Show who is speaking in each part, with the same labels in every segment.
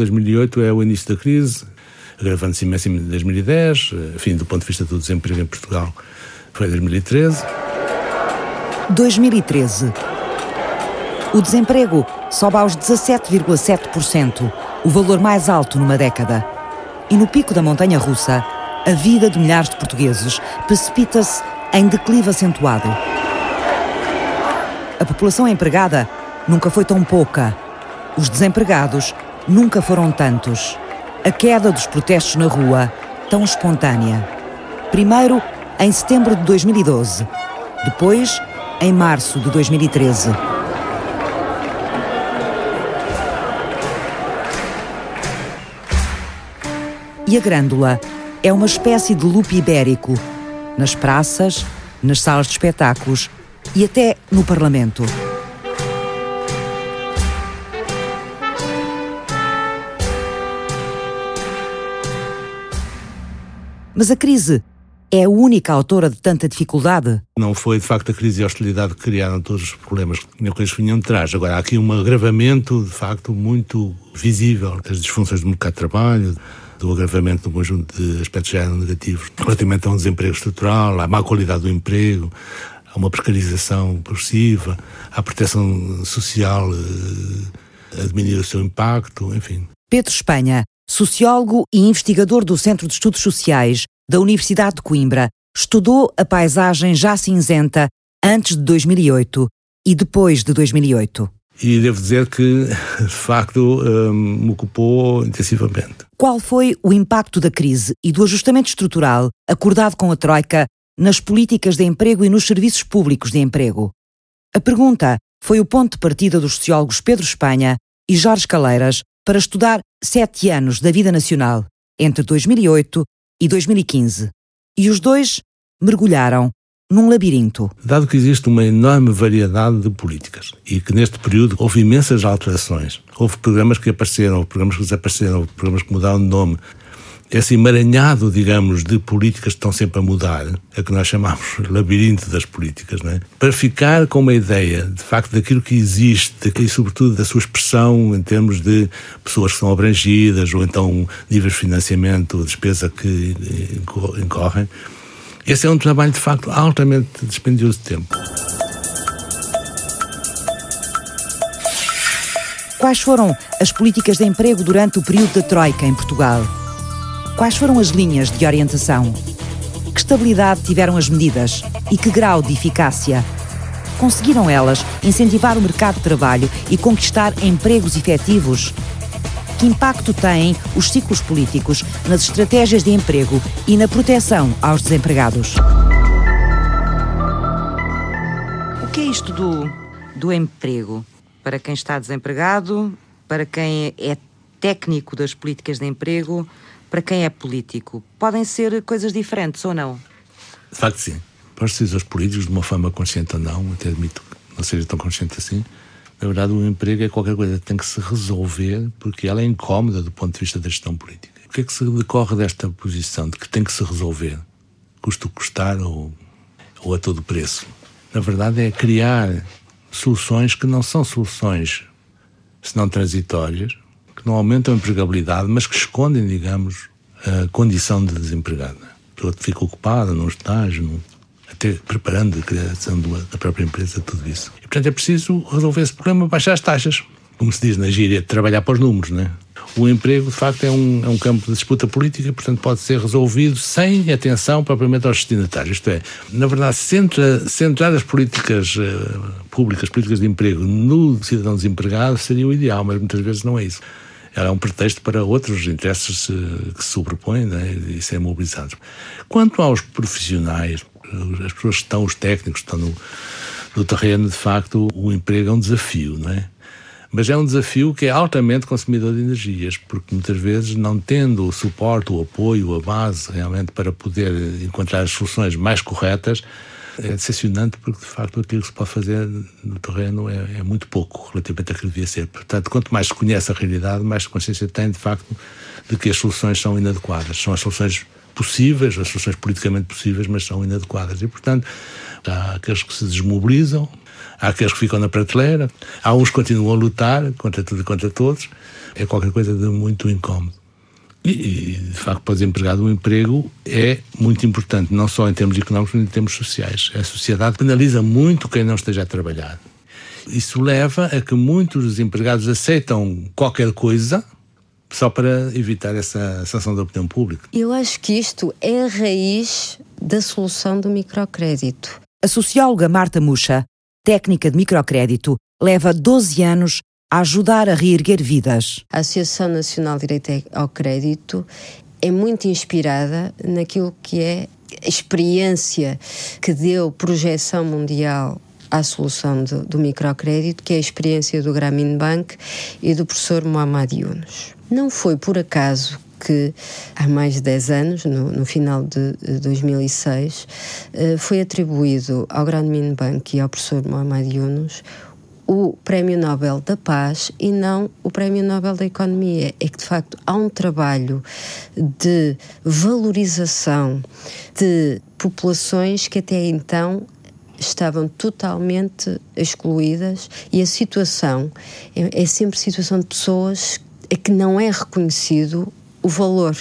Speaker 1: 2008 é o início da crise, agravando-se imensamente em 2010, enfim, do ponto de vista do desemprego em Portugal, foi 2013.
Speaker 2: 2013. O desemprego sobe aos 17,7%, o valor mais alto numa década. E no pico da montanha russa, a vida de milhares de portugueses precipita-se em declive acentuado. A população empregada nunca foi tão pouca. Os desempregados nunca foram tantos. A queda dos protestos na rua, tão espontânea. Primeiro, em setembro de 2012. Depois, em março de 2013. E a Grândola é uma espécie de loop ibérico, nas praças, nas salas de espetáculos e até no Parlamento. Mas a crise é a única autora de tanta dificuldade?
Speaker 1: Não foi, de facto, a crise e a hostilidade que criaram todos os problemas que eles vinham de trás. Agora, há aqui um agravamento, de facto, muito visível das disfunções do mercado de trabalho, do agravamento de um conjunto de aspectos já negativos relativamente a um desemprego estrutural, à má qualidade do emprego, a uma precarização progressiva, à proteção social a diminuir o seu impacto, enfim.
Speaker 2: Pedro Espanha, sociólogo e investigador do Centro de Estudos Sociais da Universidade de Coimbra, estudou a paisagem já cinzenta antes de 2008 e depois de 2008.
Speaker 1: E devo dizer que, de facto, me ocupou intensivamente.
Speaker 2: Qual foi o impacto da crise e do ajustamento estrutural acordado com a Troika nas políticas de emprego e nos serviços públicos de emprego? A pergunta foi o ponto de partida dos sociólogos Pedro Espanha e Jorge Caleiras para estudar 7 anos da vida nacional, entre 2008 e 2015. E os dois mergulharam num labirinto.
Speaker 1: Dado que existe uma enorme variedade de políticas e que neste período houve imensas alterações, houve programas que apareceram, houve programas que desapareceram, houve programas que mudaram de nome, esse emaranhado, digamos, de políticas que estão sempre a mudar, é que nós chamamos labirinto das políticas, não é? Para ficar com uma ideia, de facto, daquilo que existe e, sobretudo, da sua expressão em termos de pessoas que são abrangidas ou então níveis de financiamento, despesa que incorrem, esse é um trabalho, de facto, altamente dispendioso de tempo.
Speaker 2: Quais foram as políticas de emprego durante o período da Troika em Portugal? Quais foram as linhas de orientação? Que estabilidade tiveram as medidas e que grau de eficácia? Conseguiram elas incentivar o mercado de trabalho e conquistar empregos efetivos? Que impacto têm os ciclos políticos nas estratégias de emprego e na proteção aos desempregados? O que é isto do emprego? Para quem está desempregado, para quem é técnico das políticas de emprego, para quem é político, podem ser coisas diferentes ou não?
Speaker 1: De facto, sim. Para os decisores políticos, de uma forma consciente ou não, até admito que não seja tão consciente assim, na verdade, o emprego é qualquer coisa que tem que se resolver porque ela é incómoda do ponto de vista da gestão política. O que é que se decorre desta posição de que tem que se resolver? Custa o que custar ou a todo preço? Na verdade, é criar soluções que não são soluções, senão transitórias, que não aumentam a empregabilidade, mas que escondem, digamos, a condição de desempregado. A pessoa fica ocupada num estágio, até preparando a criação da própria empresa, tudo isso. E, portanto, é preciso resolver esse problema, baixar as taxas. Como se diz na gíria, trabalhar para os números, não é? O emprego, de facto, é um campo de disputa política, portanto, pode ser resolvido sem atenção propriamente aos destinatários. Isto é, na verdade, centrar as políticas públicas, políticas de emprego, no cidadão desempregado seria o ideal, mas muitas vezes não é isso. Ela é um pretexto para outros interesses que se sobrepõem, né, e serem mobilizados. Quanto aos profissionais, as pessoas que estão, os técnicos que estão no terreno, de facto, o emprego é um desafio, não é? Mas é um desafio que é altamente consumidor de energias, porque muitas vezes, não tendo o suporte, o apoio, a base, realmente, para poder encontrar as soluções mais corretas, é decepcionante porque, de facto, aquilo que se pode fazer no terreno é muito pouco relativamente àquilo que devia ser. Portanto, quanto mais se conhece a realidade, mais consciência tem, de facto, de que as soluções são inadequadas. São as soluções possíveis, as soluções politicamente possíveis, mas são inadequadas. E, portanto, há aqueles que se desmobilizam, Há aqueles que ficam na prateleira, há uns que continuam a lutar contra tudo e contra todos. É qualquer coisa de muito incómodo. E de facto, para o desempregado, o emprego é muito importante, não só em termos económicos, mas em termos sociais. A sociedade penaliza muito quem não esteja a trabalhar. Isso leva a que muitos dos empregados aceitam qualquer coisa só para evitar essa sanção da opinião pública.
Speaker 3: Eu acho que isto é a raiz da solução do microcrédito.
Speaker 2: A socióloga Marta Mucha, técnica de microcrédito, leva 12 anos a ajudar a reerguer vidas.
Speaker 3: A Associação Nacional de Direito ao Crédito é muito inspirada naquilo que é a experiência que deu projeção mundial à solução do microcrédito, que é a experiência do Grameen Bank e do professor Mohamed Yunus. Não foi por acaso que há mais de 10 anos, no final de 2006, foi atribuído ao Grameen Bank e ao professor Mohamed Yunus o Prémio Nobel da Paz e não o Prémio Nobel da Economia. É que, de facto, há um trabalho de valorização de populações que até então estavam totalmente excluídas, e a situação é sempre situação de pessoas a que não é reconhecido o valor.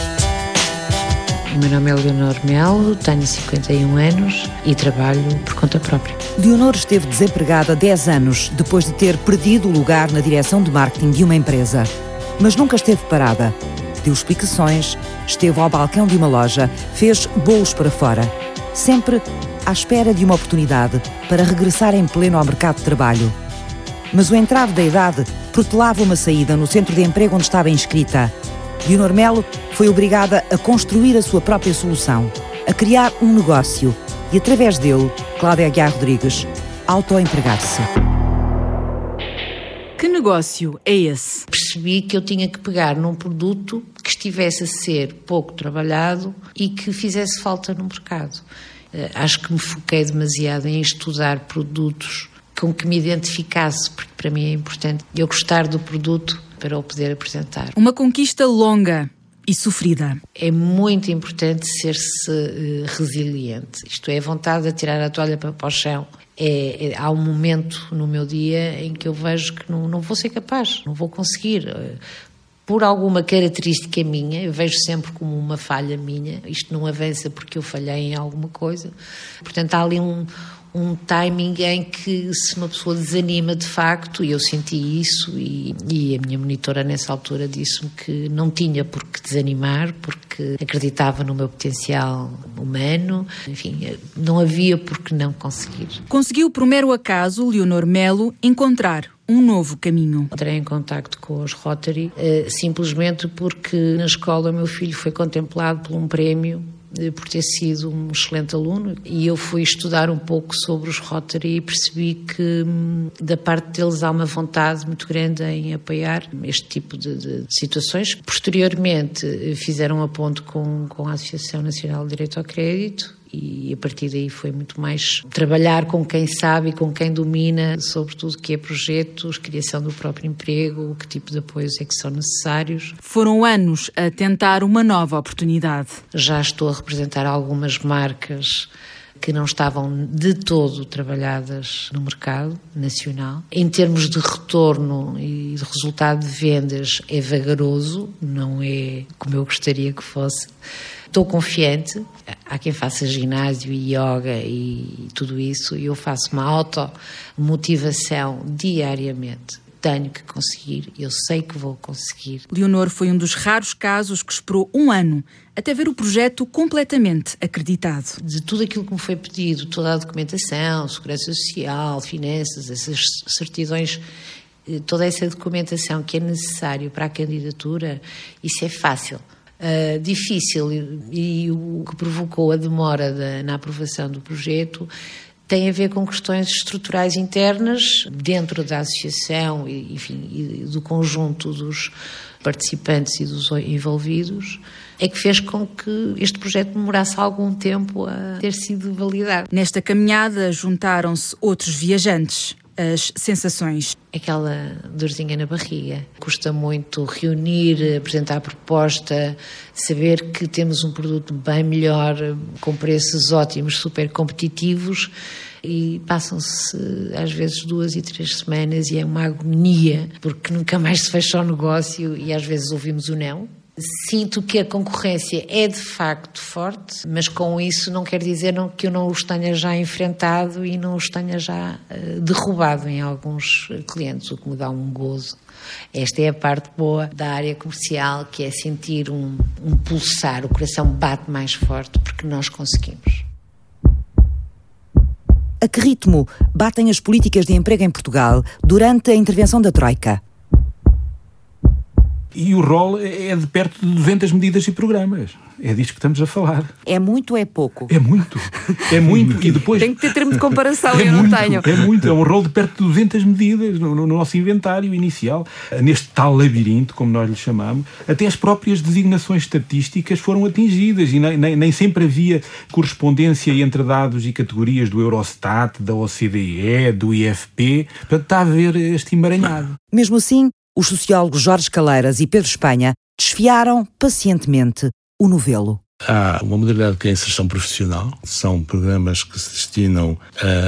Speaker 4: O meu nome é Leonor Melo, tenho 51 anos e trabalho por conta própria.
Speaker 2: Leonor esteve desempregada há 10 anos, depois de ter perdido o lugar na direção de marketing de uma empresa. Mas nunca esteve parada. Deu explicações, esteve ao balcão de uma loja, fez bolos para fora. Sempre à espera de uma oportunidade para regressar em pleno ao mercado de trabalho. Mas o entrave da idade protelava uma saída no centro de emprego onde estava inscrita. Leonor Melo foi obrigada a construir a sua própria solução, a criar um negócio e, através dele, Cláudia Aguiar Rodrigues, autoempregar-se.
Speaker 5: Que negócio é esse?
Speaker 4: Percebi que eu tinha que pegar num produto que estivesse a ser pouco trabalhado e que fizesse falta no mercado. Acho que me foquei demasiado em estudar produtos com que me identificasse, porque para mim é importante eu gostar do produto para o poder apresentar.
Speaker 5: Uma conquista longa e sofrida.
Speaker 4: É muito importante ser-se resiliente. Isto é, a vontade de tirar a toalha para o chão. Há um momento no meu dia em que eu vejo que não vou ser capaz, não vou conseguir. Por alguma característica minha, eu vejo sempre como uma falha minha. Isto não avança porque eu falhei em alguma coisa. Portanto, há ali um timing em que, se uma pessoa desanima de facto, e eu senti isso, e a minha monitora nessa altura disse-me que não tinha por que desanimar, porque acreditava no meu potencial humano, enfim, não havia por que não conseguir.
Speaker 5: Conseguiu, por mero acaso, Leonor Melo, encontrar um novo caminho.
Speaker 4: Entrei em contacto com os Rotary, simplesmente porque na escola o meu filho foi contemplado por um prémio por ter sido um excelente aluno, e eu fui estudar um pouco sobre os Rotary e percebi que da parte deles há uma vontade muito grande em apoiar este tipo de situações. Posteriormente fizeram a ponte com a Associação Nacional de Direito ao Crédito, e a partir daí foi muito mais trabalhar com quem sabe e com quem domina sobre tudo o que é projetos, criação do próprio emprego, que tipo de apoios é que são necessários.
Speaker 5: Foram anos a tentar uma nova oportunidade.
Speaker 4: Já estou a representar algumas marcas que não estavam de todo trabalhadas no mercado nacional. Em termos de retorno e de resultado de vendas, é vagaroso, não é como eu gostaria que fosse. Estou confiante. Há quem faça ginásio e yoga e tudo isso, e eu faço uma automotivação diariamente. Tenho que conseguir, eu sei que vou conseguir.
Speaker 5: Leonor foi um dos raros casos que esperou um ano até ver o projeto completamente acreditado.
Speaker 4: De tudo aquilo que me foi pedido, toda a documentação, segurança social, finanças, essas certidões, toda essa documentação que é necessário para a candidatura, isso é fácil. Difícil e o que provocou a demora na aprovação do projeto tem a ver com questões estruturais internas dentro da associação e do conjunto dos participantes e dos envolvidos, é que fez com que este projeto demorasse algum tempo a ter sido validado.
Speaker 5: Nesta caminhada juntaram-se outros viajantes. as sensações.
Speaker 4: Aquela dorzinha na barriga. Custa muito reunir, apresentar a proposta, saber que temos um produto bem melhor, com preços ótimos, super competitivos, e passam-se às vezes 2 e 3 semanas e é uma agonia, porque nunca mais se fecha o negócio e às vezes ouvimos o não. Sinto que a concorrência é de facto forte, mas com isso não quer dizer que eu não os tenha já enfrentado e não os tenha já derrubado em alguns clientes, o que me dá um gozo. Esta é a parte boa da área comercial, que é sentir um pulsar, o coração bate mais forte porque nós conseguimos.
Speaker 2: A que ritmo batem as políticas de emprego em Portugal durante a intervenção da Troika?
Speaker 6: E o rol é de perto de 200 medidas e programas. É disto que estamos a falar.
Speaker 2: É muito ou é pouco?
Speaker 6: É muito. É muito. E depois...
Speaker 5: Tenho que ter termo de comparação, eu não tenho.
Speaker 6: É muito. É um rol de perto de 200 medidas no nosso inventário inicial. Neste tal labirinto, como nós lhe chamamos, até as próprias designações estatísticas foram atingidas e nem sempre havia correspondência entre dados e categorias do Eurostat, da OCDE, do IFP. Portanto, está a haver este emaranhado.
Speaker 2: Mesmo assim, os sociólogos Jorge Caleiras e Pedro Espanha desfiaram pacientemente o novelo.
Speaker 1: Há uma modalidade que é a inserção profissional. São programas que se destinam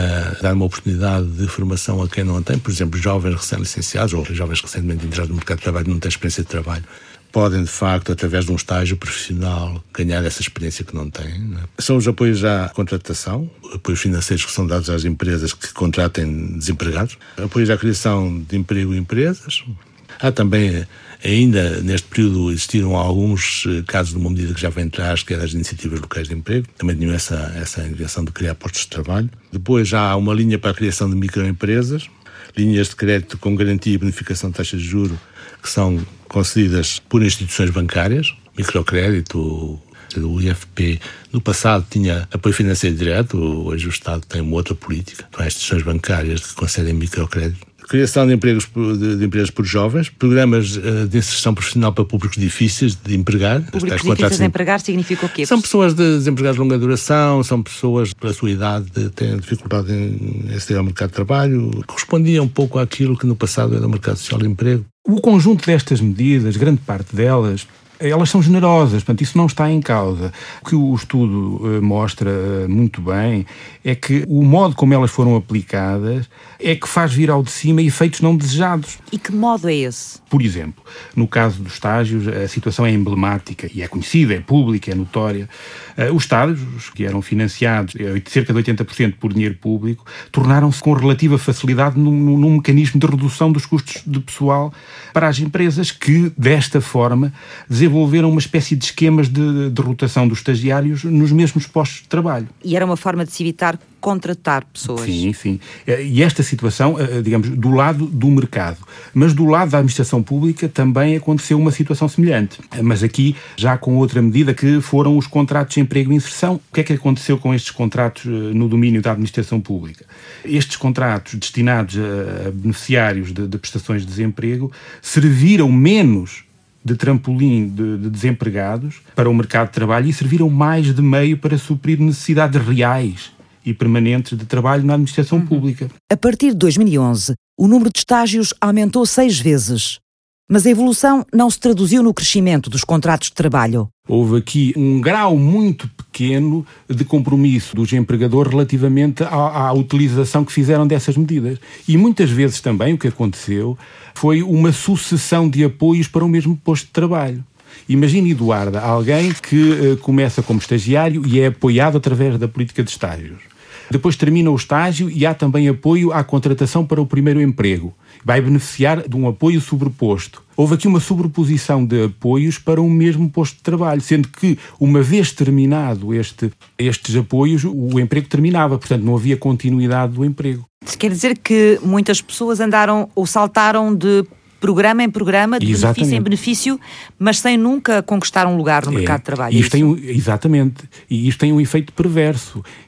Speaker 1: a dar uma oportunidade de formação a quem não a tem. Por exemplo, jovens recém-licenciados ou jovens recentemente entrados no mercado de trabalho e não têm experiência de trabalho. Podem, de facto, através de um estágio profissional, ganhar essa experiência que não têm. Não é? São os apoios à contratação, apoios financeiros que são dados às empresas que contratem desempregados, apoios à criação de emprego em empresas. Há também, ainda neste período, existiram alguns casos de uma medida que já vem atrás, que é das iniciativas locais de emprego. Também tinham essa intenção de criar postos de trabalho. Depois já há uma linha para a criação de microempresas, linhas de crédito com garantia e bonificação de taxas de juros, que são concedidas por instituições bancárias, microcrédito. O IFP, no passado, tinha apoio financeiro direto, hoje o Estado tem uma outra política. Então, há instituições bancárias que concedem microcrédito. Criação de empregos de empresas por jovens, programas de inserção profissional para públicos difíceis de empregar.
Speaker 2: Públicos difíceis de empregar significa o quê?
Speaker 1: São pessoas desempregadas de longa duração, são pessoas, pela sua idade, têm dificuldade em aceder ao mercado de trabalho. Correspondia um pouco àquilo que no passado era o mercado social de emprego.
Speaker 6: O conjunto destas medidas, grande parte delas, elas são generosas, portanto, isso não está em causa. O que o estudo mostra muito bem é que o modo como elas foram aplicadas é que faz vir ao de cima efeitos não desejados.
Speaker 2: E que modo é esse?
Speaker 6: Por exemplo, no caso dos estágios, a situação é emblemática e é conhecida, é pública, é notória. Os estágios, que eram financiados cerca de 80% por dinheiro público, tornaram-se com relativa facilidade num mecanismo de redução dos custos de pessoal para as empresas que, desta forma, desenvolveram uma espécie de esquemas de rotação dos estagiários nos mesmos postos de trabalho.
Speaker 2: E era uma forma de se evitar contratar pessoas.
Speaker 6: Sim, sim. E esta situação, digamos, do lado do mercado. Mas do lado da administração pública também aconteceu uma situação semelhante. Mas aqui, já com outra medida, que foram os contratos de emprego e inserção. O que é que aconteceu com estes contratos no domínio da administração pública? Estes contratos destinados a beneficiários de prestações de desemprego serviram menos de trampolim de desempregados para o mercado de trabalho e serviram mais de meio para suprir necessidades reais e permanentes de trabalho na administração pública.
Speaker 2: A partir de 2011, o número de estágios aumentou 6 vezes. Mas a evolução não se traduziu no crescimento dos contratos de trabalho.
Speaker 6: Houve aqui um grau muito pequeno de compromisso dos empregadores relativamente à utilização que fizeram dessas medidas. E muitas vezes também o que aconteceu foi uma sucessão de apoios para o mesmo posto de trabalho. Imagine, Eduarda, alguém que começa como estagiário e é apoiado através da política de estágios. Depois termina o estágio e há também apoio à contratação para o primeiro emprego. Vai beneficiar de um apoio sobreposto. Houve aqui uma sobreposição de apoios para o mesmo posto de trabalho, sendo que, uma vez terminado estes apoios, o emprego terminava. Portanto, não havia continuidade do emprego.
Speaker 2: Isso quer dizer que muitas pessoas andaram ou saltaram de programa em programa, de benefício em benefício, mas sem nunca conquistar um lugar no mercado de trabalho.
Speaker 6: Exatamente. E isto tem um efeito perverso,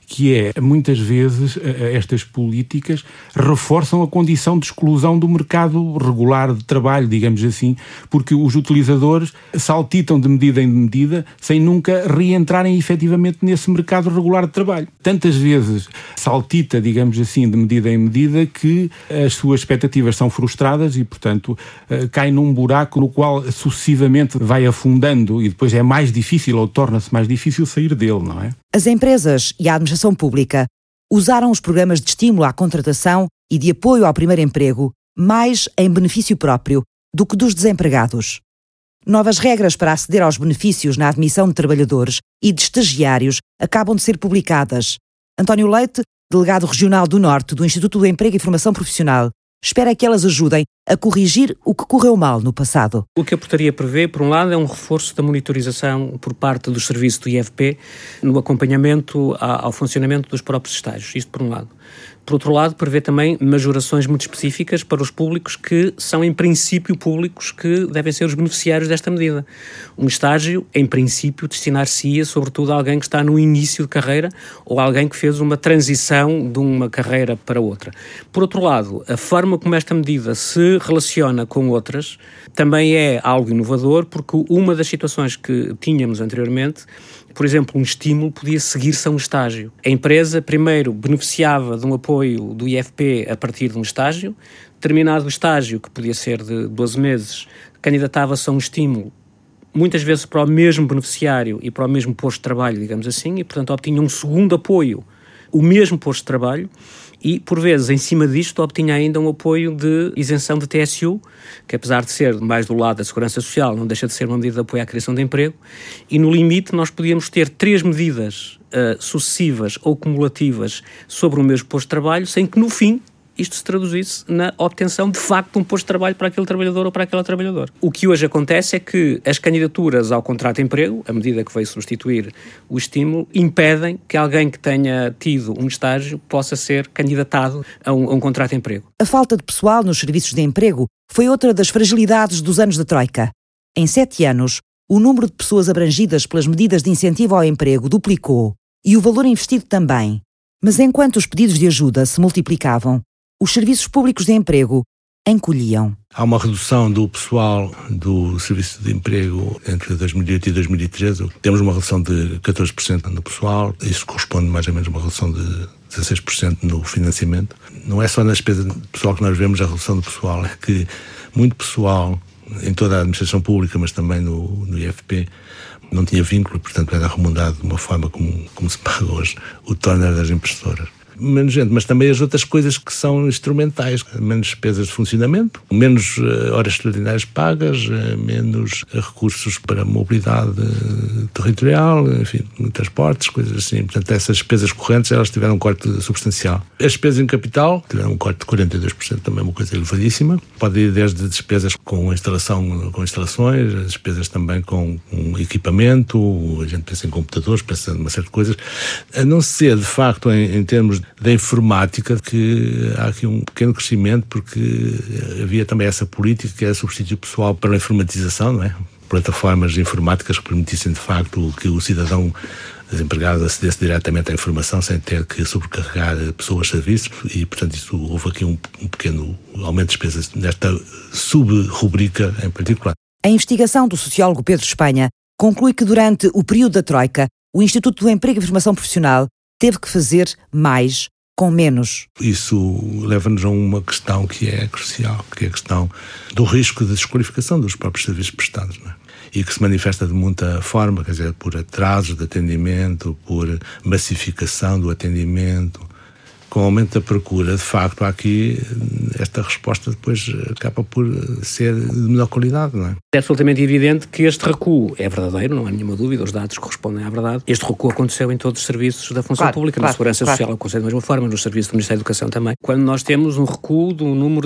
Speaker 6: que é, muitas vezes, estas políticas reforçam a condição de exclusão do mercado regular de trabalho, digamos assim, porque os utilizadores saltitam de medida em medida sem nunca reentrarem efetivamente nesse mercado regular de trabalho. Tantas vezes saltita, digamos assim, de medida em medida que as suas expectativas são frustradas e, portanto, cai num buraco no qual sucessivamente vai afundando e depois é mais difícil ou torna-se mais difícil sair dele, não é?
Speaker 2: As empresas e a administração pública usaram os programas de estímulo à contratação e de apoio ao primeiro emprego mais em benefício próprio do que dos desempregados. Novas regras para aceder aos benefícios na admissão de trabalhadores e de estagiários acabam de ser publicadas. António Leite, delegado regional do Norte do Instituto do Emprego e Formação Profissional, espera que elas ajudem a corrigir o que correu mal no passado.
Speaker 7: O que a portaria prevê, por um lado, é um reforço da monitorização por parte dos serviços do IFP no acompanhamento ao funcionamento dos próprios estágios. Isto por um lado. Por outro lado, prevê também majorações muito específicas para os públicos que são, em princípio, públicos que devem ser os beneficiários desta medida. Um estágio, em princípio, destinar-se-ia, sobretudo, a alguém que está no início de carreira ou alguém que fez uma transição de uma carreira para outra. Por outro lado, a forma como esta medida se relaciona com outras também é algo inovador, porque uma das situações que tínhamos anteriormente, por exemplo, um estímulo podia seguir-se a um estágio. A empresa, primeiro, beneficiava de um apoio do IFP a partir de um estágio. Terminado o estágio, que podia ser de 12 meses, candidatava-se a um estímulo, muitas vezes para o mesmo beneficiário e para o mesmo posto de trabalho, digamos assim, e, portanto, obtinha um segundo apoio, o mesmo posto de trabalho, e, por vezes, em cima disto, obtinha ainda um apoio de isenção de TSU, que apesar de ser mais do lado da Segurança Social, não deixa de ser uma medida de apoio à criação de emprego, e no limite nós podíamos ter 3 medidas sucessivas ou cumulativas sobre o mesmo posto de trabalho, sem que, no fim, isto se traduzisse na obtenção de facto de um posto de trabalho para aquele trabalhador ou para aquela trabalhadora. O que hoje acontece é que as candidaturas ao contrato de emprego, a medida que veio substituir o estímulo, impedem que alguém que tenha tido um estágio possa ser candidatado a um contrato de emprego.
Speaker 2: A falta de pessoal nos serviços de emprego foi outra das fragilidades dos anos da Troika. Em 7 anos, o número de pessoas abrangidas pelas medidas de incentivo ao emprego duplicou e o valor investido também. Mas enquanto os pedidos de ajuda se multiplicavam, os serviços públicos de emprego encolhiam.
Speaker 1: Há uma redução do pessoal do Serviço de Emprego entre 2008 e 2013. Temos uma redução de 14% no pessoal. Isso corresponde mais ou menos a uma redução de 16% no financiamento. Não é só na despesa de pessoal que nós vemos a redução do pessoal, é que muito pessoal em toda a administração pública, mas também no IFP, não tinha vínculo, portanto era remunerado de uma forma como se paga hoje o turnover das impressoras. Menos gente, mas também as outras coisas que são instrumentais, menos despesas de funcionamento, menos horas extraordinárias pagas, menos recursos para mobilidade territorial, enfim, transportes, coisas assim. Portanto, essas despesas correntes, elas tiveram um corte substancial. As despesas em capital tiveram um corte de 42%, também uma coisa elevadíssima. Pode ir desde despesas com instalações, despesas também com equipamento, a gente pensa em computadores, pensa em uma série de coisas, a não ser, de facto, em termos da informática, que há aqui um pequeno crescimento, porque havia também essa política que era substituir o pessoal para a informatização, não é? Plataformas informáticas que permitissem, de facto, que o cidadão desempregado acedesse diretamente à informação sem ter que sobrecarregar pessoas de serviços e, portanto, isso, houve aqui um pequeno aumento de despesas nesta sub-rubrica em particular.
Speaker 2: A investigação do sociólogo Pedro Espanha conclui que durante o período da Troika, o Instituto do Emprego e Formação Profissional teve que fazer mais com menos.
Speaker 1: Isso leva-nos a uma questão que é crucial, que é a questão do risco de desqualificação dos próprios serviços prestados, não é? E que se manifesta de muita forma, quer dizer, por atrasos de atendimento, por massificação do atendimento. Com o aumento da procura, de facto, há aqui esta resposta depois acaba por ser de menor qualidade, não é?
Speaker 7: É absolutamente evidente que este recuo é verdadeiro, não há nenhuma dúvida, os dados correspondem à verdade. Este recuo aconteceu em todos os serviços da função pública, na Segurança Social aconteceu da mesma forma, nos serviços do Ministério da Educação também. Quando nós temos um recuo do número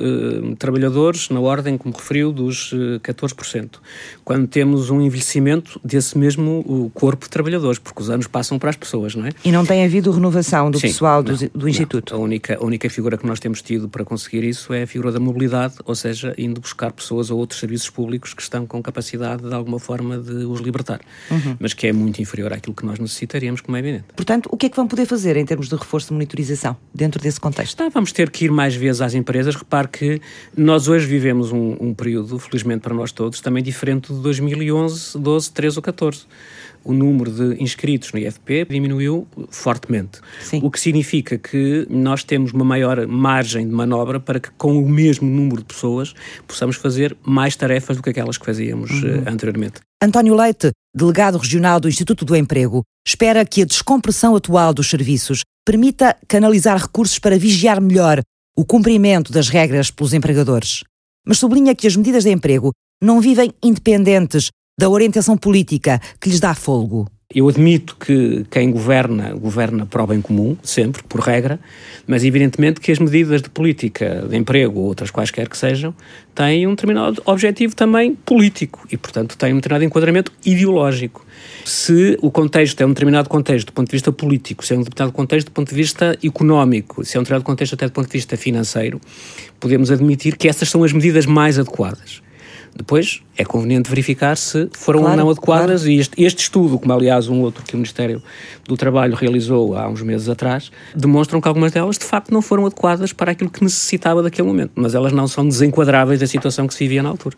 Speaker 7: de trabalhadores, na ordem, como referiu, dos 14%. Quando temos um envelhecimento desse mesmo corpo de trabalhadores, porque os anos passam para as pessoas, não é?
Speaker 2: E não tem havido renovação do pessoal dos do Instituto?
Speaker 7: Não, a única figura que nós temos tido para conseguir isso é a figura da mobilidade, ou seja, indo buscar pessoas a outros serviços públicos que estão com capacidade de alguma forma de os libertar, mas que é muito inferior àquilo que nós necessitaríamos, como é evidente.
Speaker 2: Portanto, o que é que vão poder fazer em termos de reforço de monitorização dentro desse contexto?
Speaker 7: Vamos ter que ir mais vezes às empresas. Repare que nós hoje vivemos um período, felizmente para nós todos, também diferente de 2011, 12, 13 ou 14. O número de inscritos no IFP diminuiu fortemente.
Speaker 2: Sim.
Speaker 7: O que significa que nós temos uma maior margem de manobra para que, com o mesmo número de pessoas, possamos fazer mais tarefas do que aquelas que fazíamos anteriormente.
Speaker 2: António Leite, delegado regional do Instituto do Emprego, espera que a descompressão atual dos serviços permita canalizar recursos para vigiar melhor o cumprimento das regras pelos empregadores. Mas sublinha que as medidas de emprego não vivem independentes da orientação política que lhes dá fôlego.
Speaker 7: Eu admito que quem governa para o bem comum, sempre, por regra, mas evidentemente que as medidas de política de emprego ou outras quaisquer que sejam têm um determinado objetivo também político e, portanto, têm um determinado enquadramento ideológico. Se o contexto é um determinado contexto do ponto de vista político, se é um determinado contexto do ponto de vista económico, se é um determinado contexto até do ponto de vista financeiro, podemos admitir que essas são as medidas mais adequadas. Depois, é conveniente verificar se foram ou não adequadas, e este estudo, como aliás um outro que o Ministério do Trabalho realizou há uns meses atrás, demonstram que algumas delas de facto não foram adequadas para aquilo que necessitava daquele momento, mas elas não são desenquadráveis da situação que se vivia na altura.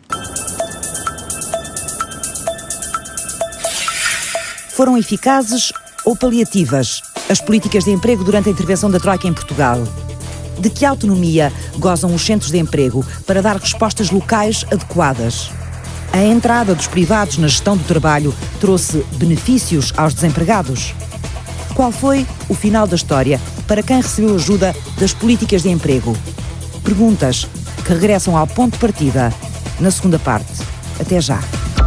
Speaker 2: Foram eficazes ou paliativas as políticas de emprego durante a intervenção da Troika em Portugal? De que autonomia gozam os centros de emprego para dar respostas locais adequadas? A entrada dos privados na gestão do trabalho trouxe benefícios aos desempregados? Qual foi o final da história para quem recebeu ajuda das políticas de emprego? Perguntas que regressam ao ponto de partida na segunda parte. Até já.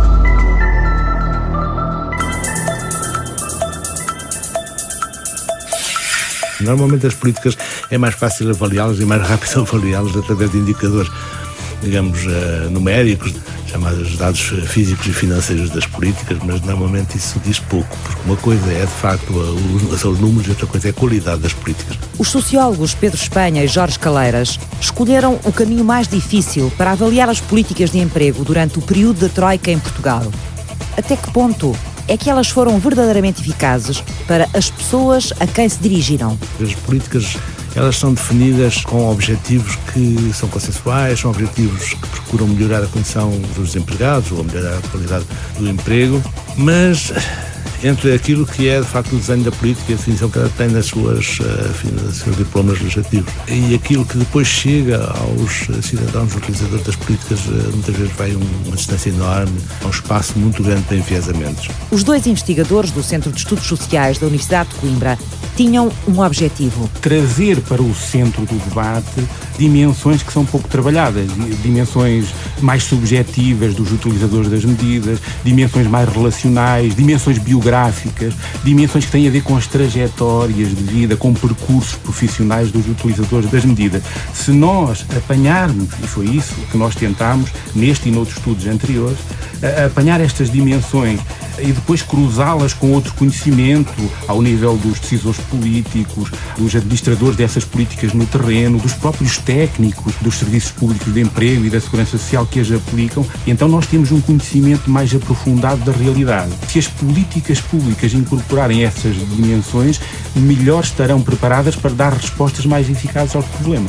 Speaker 1: Normalmente as políticas é mais fácil avaliá-las e mais rápido avaliá-las através de indicadores, digamos, numéricos, chamados dados físicos e financeiros das políticas, mas normalmente isso diz pouco, porque uma coisa é, de facto, os números e outra coisa é a qualidade das políticas.
Speaker 2: Os sociólogos Pedro Espanha e Jorge Caleiras escolheram o caminho mais difícil para avaliar as políticas de emprego durante o período da Troika em Portugal. Até que ponto é que elas foram verdadeiramente eficazes para as pessoas a quem se dirigiram?
Speaker 1: As políticas, elas são definidas com objetivos que são consensuais, são objetivos que procuram melhorar a condição dos desempregados ou melhorar a qualidade do emprego, mas entre aquilo que é, de facto, o desenho da política e a definição que ela tem nos seus diplomas legislativos e aquilo que depois chega aos cidadãos utilizadores das políticas, muitas vezes vai uma distância enorme, um espaço muito grande para enviesamentos.
Speaker 2: Os dois investigadores do Centro de Estudos Sociais da Universidade de Coimbra tinham um objetivo:
Speaker 6: trazer para o centro do debate dimensões que são pouco trabalhadas, dimensões mais subjetivas dos utilizadores das medidas, dimensões mais relacionais, dimensões biográficas, dimensões que têm a ver com as trajetórias de vida, com percursos profissionais dos utilizadores das medidas. Se nós apanharmos, e foi isso que nós tentámos neste e noutros estudos anteriores, apanhar estas dimensões e depois cruzá-las com outro conhecimento ao nível dos decisores políticos, dos administradores dessas políticas no terreno, dos próprios técnicos dos serviços públicos de emprego e da segurança social que as aplicam, e então nós temos um conhecimento mais aprofundado da realidade. Se as políticas públicas incorporarem essas dimensões, melhor estarão preparadas para dar respostas mais eficazes aos problemas.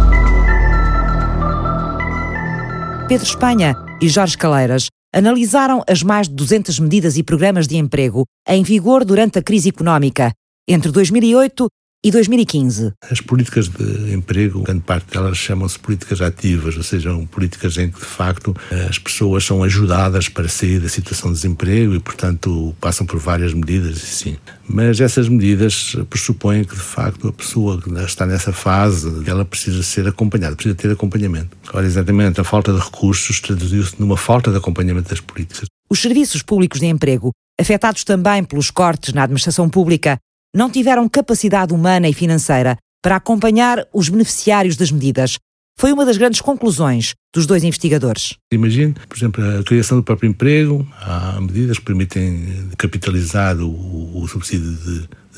Speaker 2: Pedro Espanha e Jorge Caleiras analisaram as mais de 200 medidas e programas de emprego em vigor durante a crise económica, entre 2008 e 2015.
Speaker 1: As políticas de emprego, grande parte delas chamam-se políticas ativas, ou seja, são políticas em que, de facto, as pessoas são ajudadas para sair da situação de desemprego e, portanto, passam por várias medidas, sim. Mas essas medidas pressupõem que, de facto, a pessoa que está nessa fase, ela precisa ser acompanhada, precisa ter acompanhamento. Ora, exatamente, a falta de recursos traduziu-se numa falta de acompanhamento das políticas.
Speaker 2: Os serviços públicos de emprego, afetados também pelos cortes na administração pública, não tiveram capacidade humana e financeira para acompanhar os beneficiários das medidas. Foi uma das grandes conclusões dos dois investigadores.
Speaker 1: Imagine, por exemplo, a criação do próprio emprego. Há medidas que permitem capitalizar o subsídio de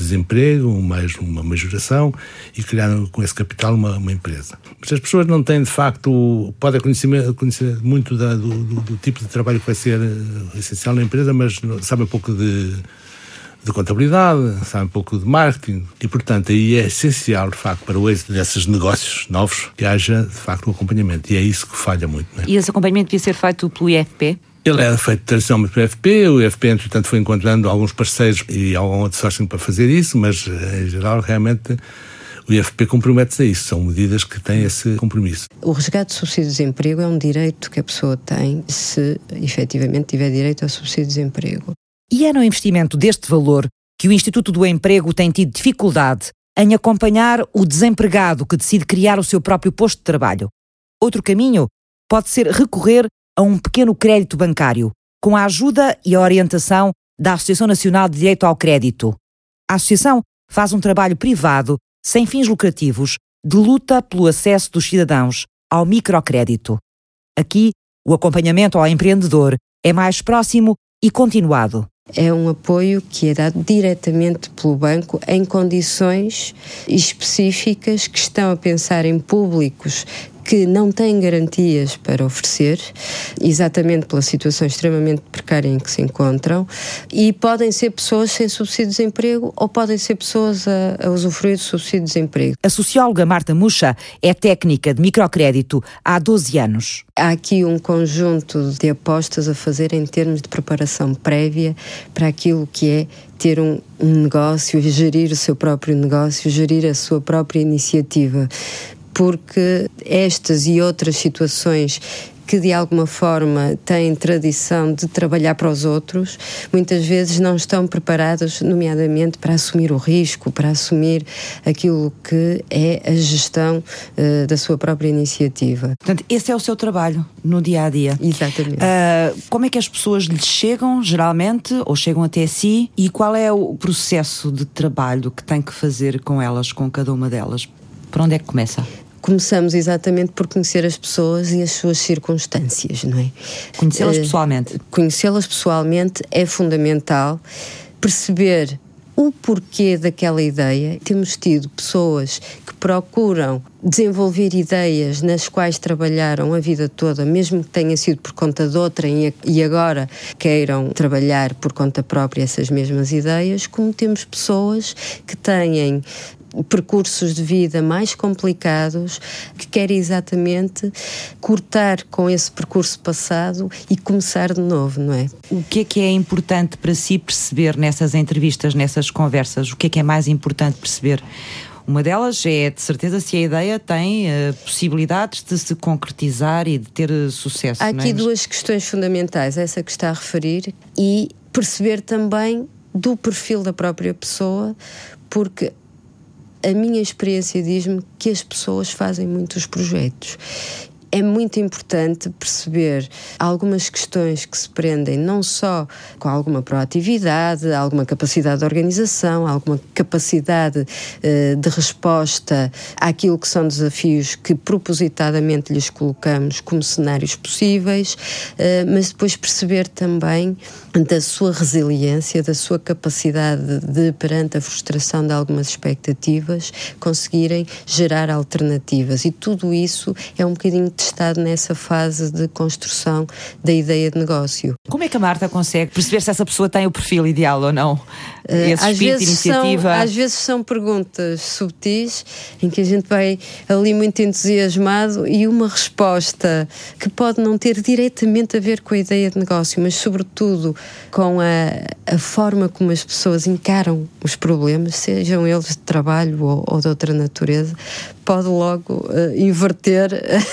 Speaker 1: desemprego, mais uma majoração, e criaram com esse capital uma empresa. Mas as pessoas não têm, de facto, podem conhecer muito do tipo de trabalho que vai ser essencial na empresa, mas sabem pouco de contabilidade, sabem pouco de marketing, e portanto aí é essencial, de facto, para o êxito desses negócios novos, que haja, de facto, um acompanhamento, e é isso que falha muito. Não é?
Speaker 2: E esse acompanhamento devia ser feito pelo IFP?
Speaker 1: Ele era feito tradicionalmente pelo IFP, o IFP, entretanto, foi encontrando alguns parceiros e algum outsourcing para fazer isso, mas, em geral, realmente, o IFP compromete-se a isso. São medidas que têm esse compromisso.
Speaker 3: O resgate de subsídio de desemprego é um direito que a pessoa tem se, efetivamente, tiver direito ao subsídio de desemprego.
Speaker 2: E é no investimento deste valor que o Instituto do Emprego tem tido dificuldade em acompanhar o desempregado que decide criar o seu próprio posto de trabalho. Outro caminho pode ser recorrer a um pequeno crédito bancário, com a ajuda e a orientação da Associação Nacional de Direito ao Crédito. A associação faz um trabalho privado, sem fins lucrativos, de luta pelo acesso dos cidadãos ao microcrédito. Aqui, o acompanhamento ao empreendedor é mais próximo e continuado.
Speaker 3: É um apoio que é dado diretamente pelo banco em condições específicas que estão a pensar em públicos que não têm garantias para oferecer, exatamente pela situação extremamente precária em que se encontram, e podem ser pessoas sem subsídio de desemprego ou podem ser pessoas a usufruir do subsídio de desemprego.
Speaker 2: A socióloga Marta Mucha é técnica de microcrédito há 12 anos.
Speaker 3: Há aqui um conjunto de apostas a fazer em termos de preparação prévia para aquilo que é ter um negócio, gerir o seu próprio negócio, gerir a sua própria iniciativa. Porque estas e outras situações que de alguma forma têm tradição de trabalhar para os outros, muitas vezes não estão preparadas, nomeadamente, para assumir o risco, para assumir aquilo que é a gestão da sua própria iniciativa.
Speaker 2: Portanto, esse é o seu trabalho no dia-a-dia.
Speaker 3: Exatamente.
Speaker 2: Como é que as pessoas lhes chegam, geralmente, ou chegam até si, e qual é o processo de trabalho que tem que fazer com elas, com cada uma delas? Por onde é que começa?
Speaker 3: Começamos exatamente por conhecer as pessoas e as suas circunstâncias, não é?
Speaker 2: Conhecê-las pessoalmente.
Speaker 3: Conhecê-las pessoalmente é fundamental. Perceber o porquê daquela ideia. Temos tido pessoas que procuram desenvolver ideias nas quais trabalharam a vida toda, mesmo que tenha sido por conta de outrem e agora queiram trabalhar por conta própria essas mesmas ideias, como temos pessoas que têm percursos de vida mais complicados, que querem exatamente cortar com esse percurso passado e começar de novo, não é?
Speaker 2: O que é importante para si perceber nessas entrevistas, nessas conversas? O que é mais importante perceber? Uma delas é, de certeza, se a ideia tem possibilidades de se concretizar e de ter sucesso.
Speaker 3: Há aqui duas questões fundamentais, essa que está a referir, e perceber também do perfil da própria pessoa, porque a minha experiência diz-me que as pessoas fazem muitos projetos. É muito importante perceber algumas questões que se prendem não só com alguma proatividade, alguma capacidade de organização, alguma capacidade de resposta àquilo que são desafios que propositadamente lhes colocamos como cenários possíveis, mas depois perceber também da sua resiliência, da sua capacidade de, perante a frustração de algumas expectativas, conseguirem gerar alternativas. E tudo isso é um bocadinho testado nessa fase de construção da ideia de negócio.
Speaker 2: Como é que a Marta consegue perceber se essa pessoa tem o perfil ideal ou não? Esse espírito de iniciativa?
Speaker 3: Às vezes são perguntas subtis, em que a gente vai ali muito entusiasmado e uma resposta que pode não ter diretamente a ver com a ideia de negócio, mas sobretudo com a forma como as pessoas encaram os problemas, sejam eles de trabalho ou de outra natureza, pode logo inverter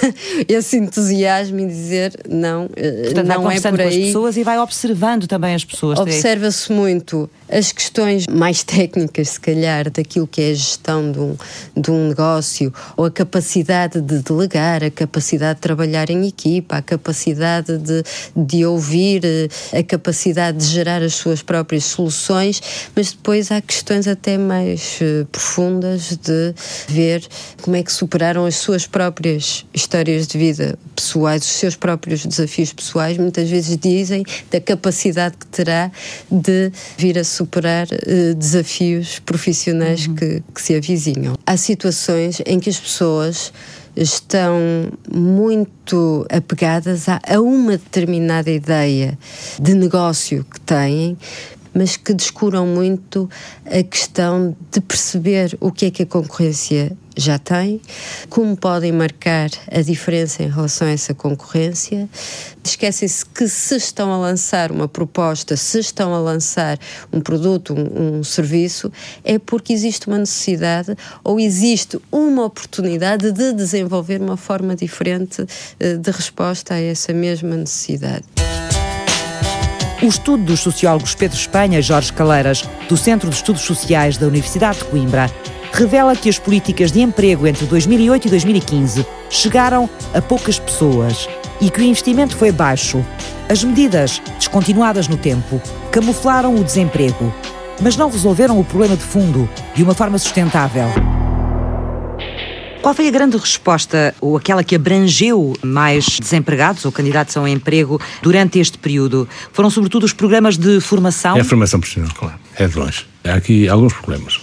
Speaker 3: esse entusiasmo e dizer não,
Speaker 2: portanto,
Speaker 3: não é por aí.
Speaker 2: Com as pessoas e vai observando também as pessoas.
Speaker 3: Observa-se muito as questões mais técnicas, se calhar, daquilo que é a gestão de um negócio, ou a capacidade de delegar, a capacidade de trabalhar em equipa, a capacidade de ouvir, a capacidade de gerar as suas próprias soluções, mas depois há questões até mais profundas de ver como é que superaram as suas próprias histórias de vida pessoais, os seus próprios desafios pessoais, muitas vezes dizem da capacidade que terá de vir a superar desafios profissionais que se avizinham. Há situações em que as pessoas estão muito apegadas a uma determinada ideia de negócio que têm, mas que descuram muito a questão de perceber o que é que a concorrência já tem, como podem marcar a diferença em relação a essa concorrência. Esquecem-se que se estão a lançar uma proposta, se estão a lançar um produto, um serviço, é porque existe uma necessidade ou existe uma oportunidade de desenvolver uma forma diferente de resposta a essa mesma necessidade.
Speaker 2: O estudo dos sociólogos Pedro Espanha e Jorge Caleiras, do Centro de Estudos Sociais da Universidade de Coimbra, revela que as políticas de emprego entre 2008 e 2015 chegaram a poucas pessoas e que o investimento foi baixo. As medidas, descontinuadas no tempo, camuflaram o desemprego, mas não resolveram o problema de fundo de uma forma sustentável. Qual foi a grande resposta, ou aquela que abrangeu mais desempregados ou candidatos ao emprego durante este período? Foram sobretudo os programas de formação?
Speaker 1: É a formação profissional, claro. É de longe. Há aqui alguns problemas.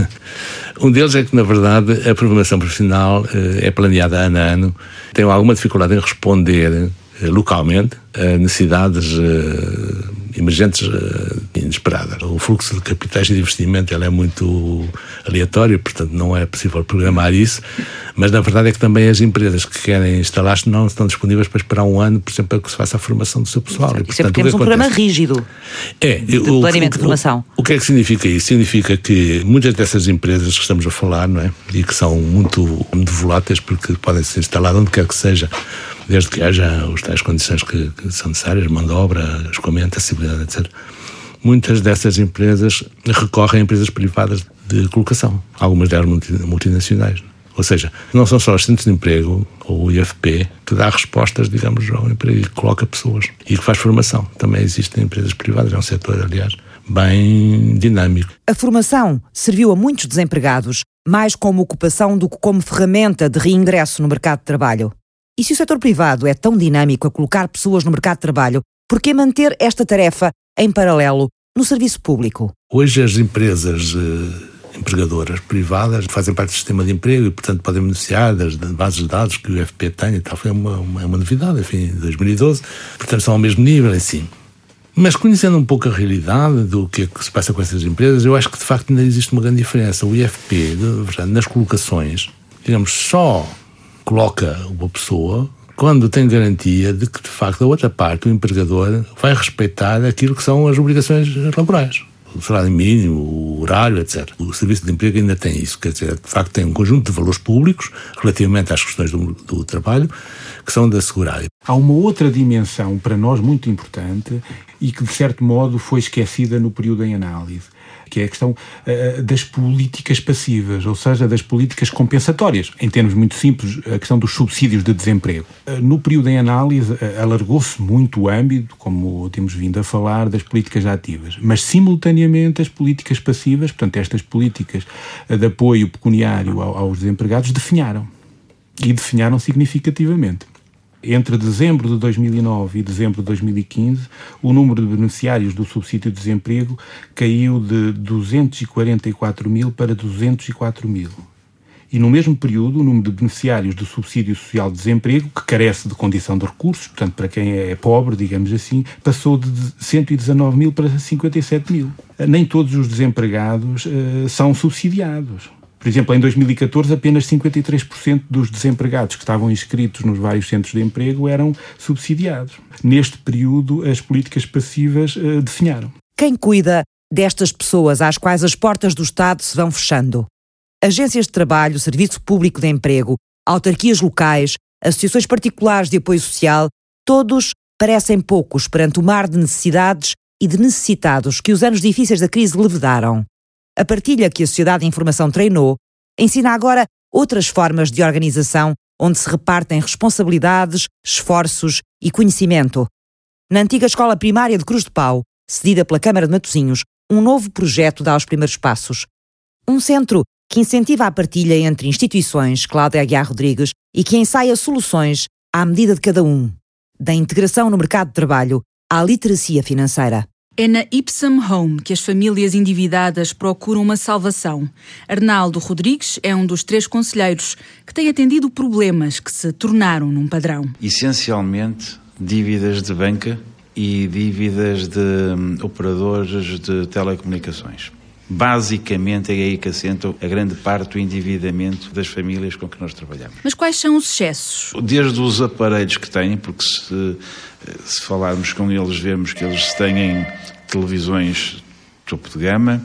Speaker 1: Um deles é que, na verdade, a formação profissional é planeada ano a ano. Tem alguma dificuldade em responder localmente a necessidades emergentes inesperadas. O fluxo de capitais e de investimento é muito aleatório, portanto não é possível programar isso, mas na verdade é que também as empresas que querem instalar-se não estão disponíveis para esperar um ano, por exemplo, para que se faça a formação do seu pessoal.
Speaker 2: E, portanto, temos um programa rígido de planeamento de formação.
Speaker 1: O que é que significa isso? Significa que muitas dessas empresas que estamos a falar, não é? E que são muito voláteis, porque podem ser instaladas onde quer que seja, desde que haja as tais condições que são necessárias, mão de obra, escoamento, acessibilidade, etc. Muitas dessas empresas recorrem a empresas privadas de colocação, algumas delas multinacionais. Ou seja, não são só os centros de emprego, ou o IFP, que dá respostas, digamos, ao emprego e que coloca pessoas e que faz formação. Também existem empresas privadas, é um setor, aliás, bem dinâmico.
Speaker 2: A formação serviu a muitos desempregados, mais como ocupação do que como ferramenta de reingresso no mercado de trabalho. E se o setor privado é tão dinâmico a colocar pessoas no mercado de trabalho, por que manter esta tarefa em paralelo no serviço público?
Speaker 1: Hoje as empresas empregadoras privadas fazem parte do sistema de emprego e, portanto, podem beneficiar das bases de dados que o IFP tem e tal. Foi uma novidade, enfim, em 2012. Portanto, estão ao mesmo nível, assim. Mas conhecendo um pouco a realidade do que é que se passa com essas empresas, eu acho que, de facto, ainda existe uma grande diferença. O IFP, nas colocações, digamos, só coloca uma pessoa quando tem garantia de que, de facto, a outra parte, o empregador, vai respeitar aquilo que são as obrigações laborais. O salário mínimo, o horário, etc. O Serviço de Emprego ainda tem isso, quer dizer, de facto tem um conjunto de valores públicos relativamente às questões do trabalho que são de assegurar.
Speaker 6: Há uma outra dimensão para nós muito importante e que, de certo modo, foi esquecida no período em análise, que é a questão das políticas passivas, ou seja, das políticas compensatórias. Em termos muito simples, a questão dos subsídios de desemprego. No período em análise, alargou-se muito o âmbito, como temos vindo a falar, das políticas ativas. Mas, simultaneamente, as políticas passivas, portanto, estas políticas de apoio pecuniário aos desempregados, definharam. E definharam significativamente. Entre dezembro de 2009 e dezembro de 2015, o número de beneficiários do subsídio de desemprego caiu de 244 mil para 204 mil. E no mesmo período, o número de beneficiários do subsídio social de desemprego, que carece de condição de recursos, portanto, para quem é pobre, digamos assim, passou de 119 mil para 57 mil. Nem todos os desempregados são subsidiados. Por exemplo, em 2014, apenas 53% dos desempregados que estavam inscritos nos vários centros de emprego eram subsidiados. Neste período, as políticas passivas definharam.
Speaker 2: Quem cuida destas pessoas às quais as portas do Estado se vão fechando? Agências de trabalho, Serviço Público de Emprego, autarquias locais, associações particulares de apoio social, todos parecem poucos perante o mar de necessidades e de necessitados que os anos difíceis da crise levedaram. A partilha que a Sociedade de Informação treinou ensina agora outras formas de organização onde se repartem responsabilidades, esforços e conhecimento. Na antiga Escola Primária de Cruz de Pau, cedida pela Câmara de Matosinhos, um novo projeto dá os primeiros passos. Um centro que incentiva a partilha entre instituições, Cláudia Aguiar Rodrigues, e que ensaia soluções à medida de cada um, da integração no mercado de trabalho à literacia financeira.
Speaker 5: É na Ipsum Home que as famílias endividadas procuram uma salvação. Arnaldo Rodrigues é um dos 3 conselheiros que tem atendido problemas que se tornaram num padrão.
Speaker 8: Essencialmente, dívidas de banca e dívidas de operadores de telecomunicações. Basicamente é aí que assenta a grande parte do endividamento das famílias com que nós trabalhamos.
Speaker 5: Mas quais são os excessos?
Speaker 8: Desde os aparelhos que têm, porque se falarmos com eles, vemos que eles têm televisões topo de gama,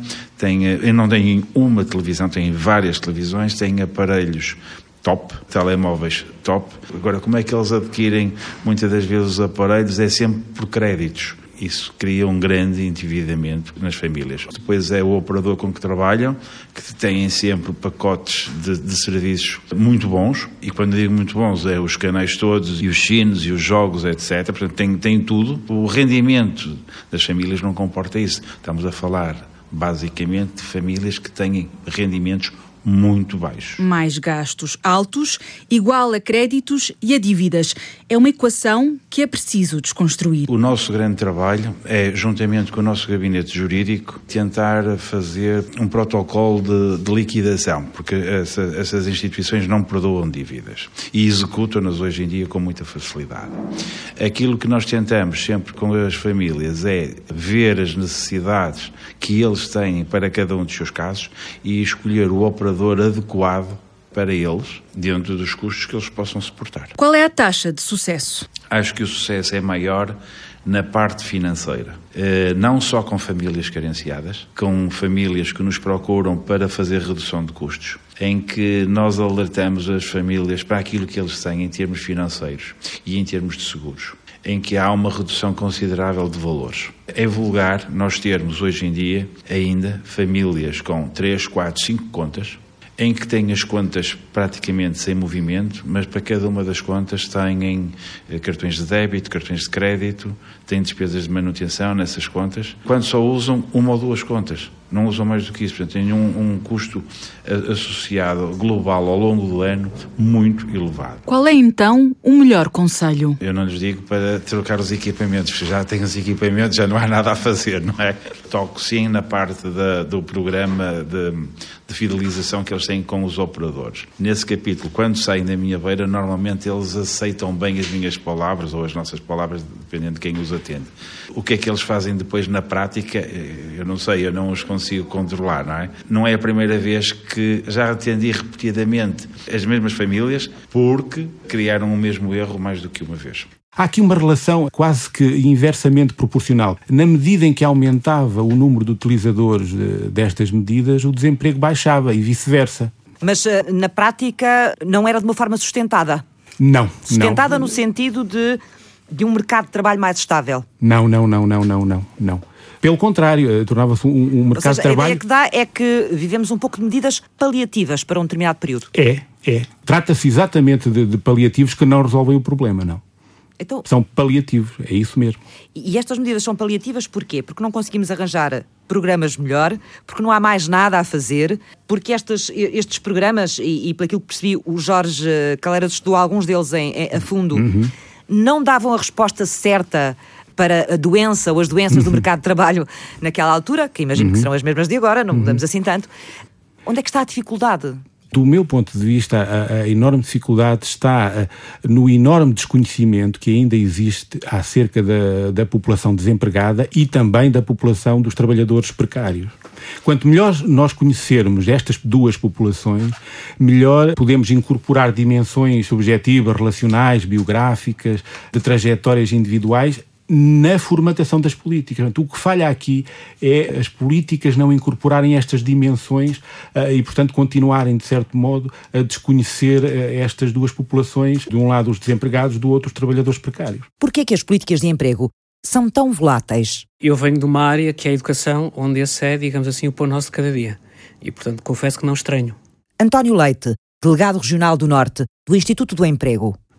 Speaker 8: não têm uma televisão, têm várias televisões, têm aparelhos top, telemóveis top. Agora, como é que eles adquirem muitas das vezes os aparelhos? É sempre por créditos. Isso cria um grande endividamento nas famílias. Depois é o operador com que trabalham, que têm sempre pacotes de serviços muito bons, e quando digo muito bons é os canais todos, e os sinos, e os jogos, etc. Portanto, tem tudo. O rendimento das famílias não comporta isso. Estamos a falar, basicamente, de famílias que têm rendimentos muito baixos.
Speaker 5: Mais gastos altos, igual a créditos e a dívidas. É uma equação que é preciso desconstruir.
Speaker 8: O nosso grande trabalho é, juntamente com o nosso gabinete jurídico, tentar fazer um protocolo de liquidação, porque essas instituições não perdoam dívidas e executam-nas hoje em dia com muita facilidade. Aquilo que nós tentamos sempre com as famílias é ver as necessidades que eles têm para cada um dos seus casos e escolher o operador adequado para eles, dentro dos custos que eles possam suportar.
Speaker 5: Qual é a taxa de sucesso?
Speaker 8: Acho que o sucesso é maior na parte financeira. Não só com famílias carenciadas, com famílias que nos procuram para fazer redução de custos, em que nós alertamos as famílias para aquilo que eles têm em termos financeiros e em termos de seguros, em que há uma redução considerável de valores. É vulgar nós termos hoje em dia ainda famílias com 3, 4, 5 contas, em que têm as contas praticamente sem movimento, mas para cada uma das contas têm cartões de débito, cartões de crédito, têm despesas de manutenção nessas contas, quando só usam uma ou 2 contas. Não usam mais do que isso, portanto, têm um custo associado global ao longo do ano muito elevado.
Speaker 5: Qual é, então, o melhor conselho?
Speaker 8: Eu não lhes digo para trocar os equipamentos, porque já têm os equipamentos, já não há nada a fazer, não é? Toco sim na parte do programa de fidelização que eles têm com os operadores. Nesse capítulo, quando saem da minha beira, normalmente eles aceitam bem as minhas palavras, ou as nossas palavras, dependendo de quem os atende. O que é que eles fazem depois na prática? Eu não sei, eu não os consigo controlar, não é? Não é a primeira vez que já atendi repetidamente as mesmas famílias porque criaram o mesmo erro mais do que uma vez.
Speaker 6: Há aqui uma relação quase que inversamente proporcional. Na medida em que aumentava o número de utilizadores destas medidas, o desemprego baixava e vice-versa.
Speaker 2: Mas na prática não era de uma forma sustentada?
Speaker 6: Não.
Speaker 2: Sustentada no sentido de um mercado de trabalho mais estável?
Speaker 6: Não. Pelo contrário, tornava-se um mercado de trabalho...
Speaker 2: A ideia que dá é que vivemos um pouco de medidas paliativas para um determinado período.
Speaker 6: É. Trata-se exatamente de paliativos que não resolvem o problema, não.
Speaker 2: Então,
Speaker 6: são paliativos, é isso mesmo.
Speaker 2: E estas medidas são paliativas porquê? Porque não conseguimos arranjar programas melhor, porque não há mais nada a fazer, porque estes programas, e pelo que percebi, o Jorge Calheiros estudou alguns deles a fundo, não davam a resposta certa para a doença ou as doenças do mercado de trabalho naquela altura, que imagino que serão as mesmas de agora, não mudamos assim tanto. Onde é que está a dificuldade?
Speaker 6: Do meu ponto de vista, a enorme dificuldade está no enorme desconhecimento que ainda existe acerca da população desempregada e também da população dos trabalhadores precários. Quanto melhor nós conhecermos estas duas populações, melhor podemos incorporar dimensões subjetivas, relacionais, biográficas, de trajetórias individuais, na formatação das políticas. Portanto, o que falha aqui é as políticas não incorporarem estas dimensões e, portanto, continuarem, de certo modo, a desconhecer estas duas populações, de um lado os desempregados, do outro os trabalhadores precários.
Speaker 2: Porquê é que as políticas de emprego são tão voláteis?
Speaker 7: Eu venho de uma área que é a educação, onde esse é, digamos assim, o pão nosso de cada dia. E, portanto, confesso que não estranho.
Speaker 2: António Leite, delegado regional do Norte, do Instituto do Emprego.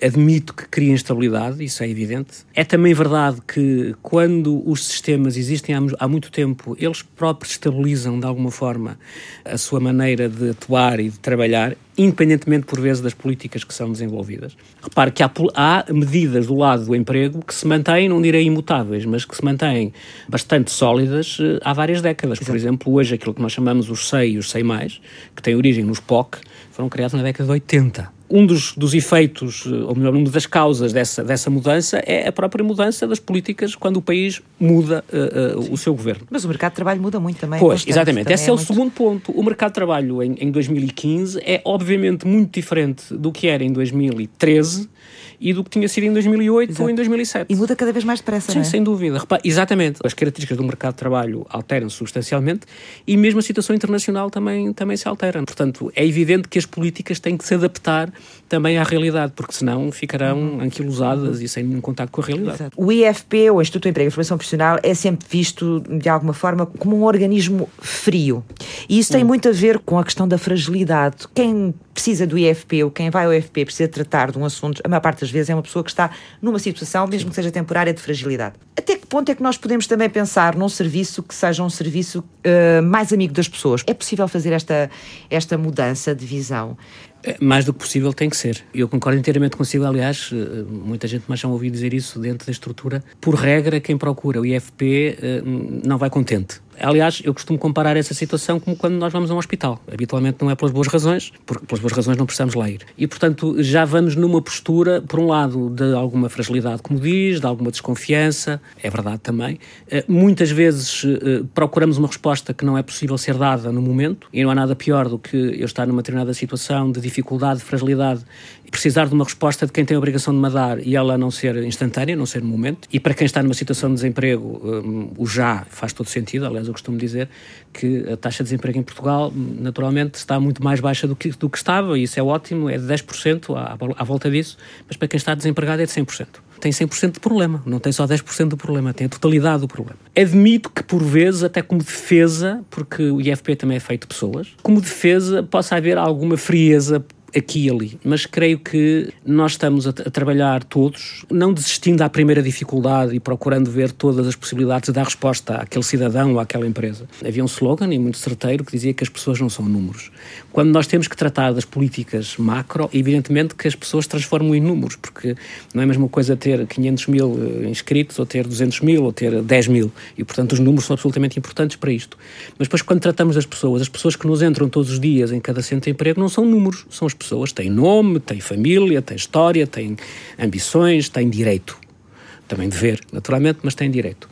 Speaker 7: Admito que cria instabilidade, isso é evidente. É também verdade que quando os sistemas existem há muito tempo, eles próprios estabilizam de alguma forma a sua maneira de atuar e de trabalhar, independentemente por vezes das políticas que são desenvolvidas. Repare que há medidas do lado do emprego que se mantêm, não direi imutáveis, mas que se mantêm bastante sólidas há várias décadas. Por exemplo, hoje aquilo que nós chamamos os SEI e os SEI+, que têm origem nos POC, foram criados na década de 80. Um dos efeitos, ou melhor, uma das causas dessa mudança é a própria mudança das políticas quando o país muda o seu governo.
Speaker 2: Mas o mercado de trabalho muda muito também.
Speaker 7: Pois, exatamente. Esse é o segundo ponto. O mercado de trabalho em 2015 é obviamente muito diferente do que era em 2013 e do que tinha sido em 2008 ou em 2007.
Speaker 2: E muda cada vez mais depressa, não é?
Speaker 7: Sim, sem dúvida. Repare, exatamente. As características do mercado de trabalho alteram-se substancialmente e mesmo a situação internacional também se altera. Portanto, é evidente que as políticas têm que se adaptar também à realidade, porque senão ficarão anquilosadas e sem nenhum contacto com a realidade.
Speaker 2: Exato. O IFP, o Instituto de Emprego e Formação Profissional, é sempre visto, de alguma forma, como um organismo frio. E isso tem muito a ver com a questão da fragilidade. Quem precisa do IFP ou quem vai ao IFP precisa tratar de um assunto, a maior parte das vezes é uma pessoa que está numa situação, mesmo que seja temporária, de fragilidade. Até que ponto é que nós podemos também pensar num serviço que seja um serviço mais amigo das pessoas? É possível fazer esta mudança de visão?
Speaker 7: Mais do que possível tem que ser. Eu concordo inteiramente consigo, aliás, muita gente mais já ouviu dizer isso dentro da estrutura. Por regra, quem procura o IFP não vai contente. Aliás, eu costumo comparar essa situação como quando nós vamos a um hospital. Habitualmente não é pelas boas razões, porque pelas boas razões não precisamos lá ir. E, portanto, já vamos numa postura, por um lado, de alguma fragilidade, como diz, de alguma desconfiança, é verdade também. Muitas vezes procuramos uma resposta que não é possível ser dada no momento, e não há nada pior do que eu estar numa determinada situação de dificuldade, de fragilidade, e precisar de uma resposta de quem tem a obrigação de me dar e ela não ser instantânea, não ser no momento. E para quem está numa situação de desemprego, o já faz todo sentido. Aliás, eu costumo dizer que a taxa de desemprego em Portugal, naturalmente, está muito mais baixa do que estava, e isso é ótimo, é de 10% à volta disso, mas para quem está desempregado é de 100%. Tem 100% de problema, não tem só 10% do problema, tem a totalidade do problema. Admito que, por vezes, até como defesa, porque o IFP também é feito de pessoas, como defesa possa haver alguma frieza aqui e ali, mas creio que nós estamos a trabalhar todos, não desistindo à primeira dificuldade e procurando ver todas as possibilidades de dar resposta àquele cidadão ou àquela empresa. Havia um slogan, e muito certeiro, que dizia que as pessoas não são números. Quando nós temos que tratar das políticas macro, evidentemente que as pessoas transformam em números, porque não é a mesma coisa ter 500 mil inscritos, ou ter 200 mil, ou ter 10 mil, e portanto os números são absolutamente importantes para isto. Mas depois, quando tratamos das pessoas, as pessoas que nos entram todos os dias em cada centro de emprego não são números, são as pessoas, têm nome, têm família, têm história, têm ambições, têm direito. Também dever, naturalmente, mas têm direito.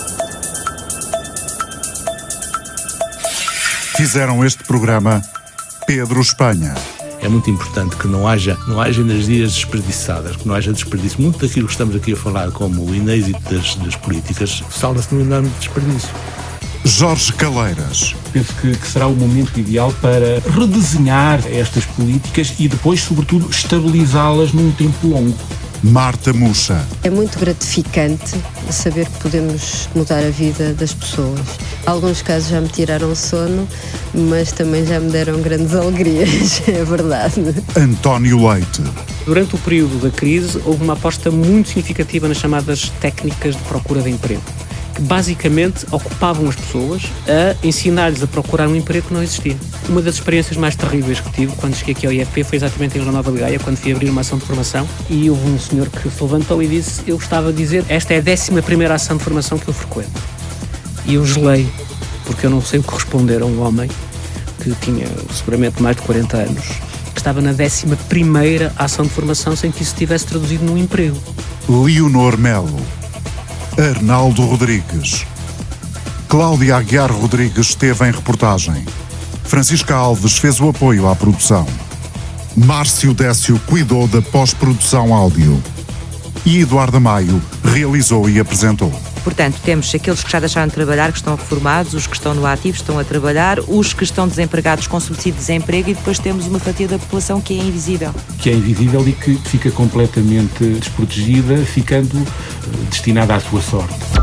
Speaker 9: Fizeram este programa Pedro Espanha.
Speaker 1: É muito importante que não haja energias desperdiçadas, que não haja desperdício. Muito daquilo que estamos aqui a falar como o inêdito das políticas salda-se num enorme desperdício.
Speaker 9: Jorge Caleiras.
Speaker 6: Penso que será o momento ideal para redesenhar estas políticas e depois, sobretudo, estabilizá-las num tempo longo.
Speaker 9: Marta Muxa.
Speaker 3: É muito gratificante saber que podemos mudar a vida das pessoas. Alguns casos já me tiraram o sono, mas também já me deram grandes alegrias, é verdade.
Speaker 9: António Leite.
Speaker 7: Durante o período da crise, houve uma aposta muito significativa nas chamadas técnicas de procura de emprego, que basicamente ocupavam as pessoas a ensinar-lhes a procurar um emprego que não existia. Uma das experiências mais terríveis que tive quando cheguei aqui ao IFP foi exatamente em Vila Nova de Gaia, quando fui abrir uma ação de formação, e houve um senhor que se levantou e disse: eu gostava de dizer, esta é a 11ª ação de formação que eu frequento. E eu gelei, porque eu não sei o que responder a um homem que tinha seguramente mais de 40 anos, que estava na 11ª ação de formação sem que isso tivesse traduzido num emprego.
Speaker 9: Leonor Melo. Arnaldo Rodrigues. Cláudia Aguiar Rodrigues esteve em reportagem. Francisca Alves fez o apoio à produção. Márcio Décio cuidou da pós-produção áudio. E Eduardo Maio realizou e apresentou.
Speaker 2: Portanto, temos aqueles que já deixaram de trabalhar, que estão reformados, os que estão no ativo, estão a trabalhar, os que estão desempregados com subsídio de desemprego, e depois temos uma fatia da população que é invisível.
Speaker 6: Que é invisível e que fica completamente desprotegida, ficando destinada à sua sorte.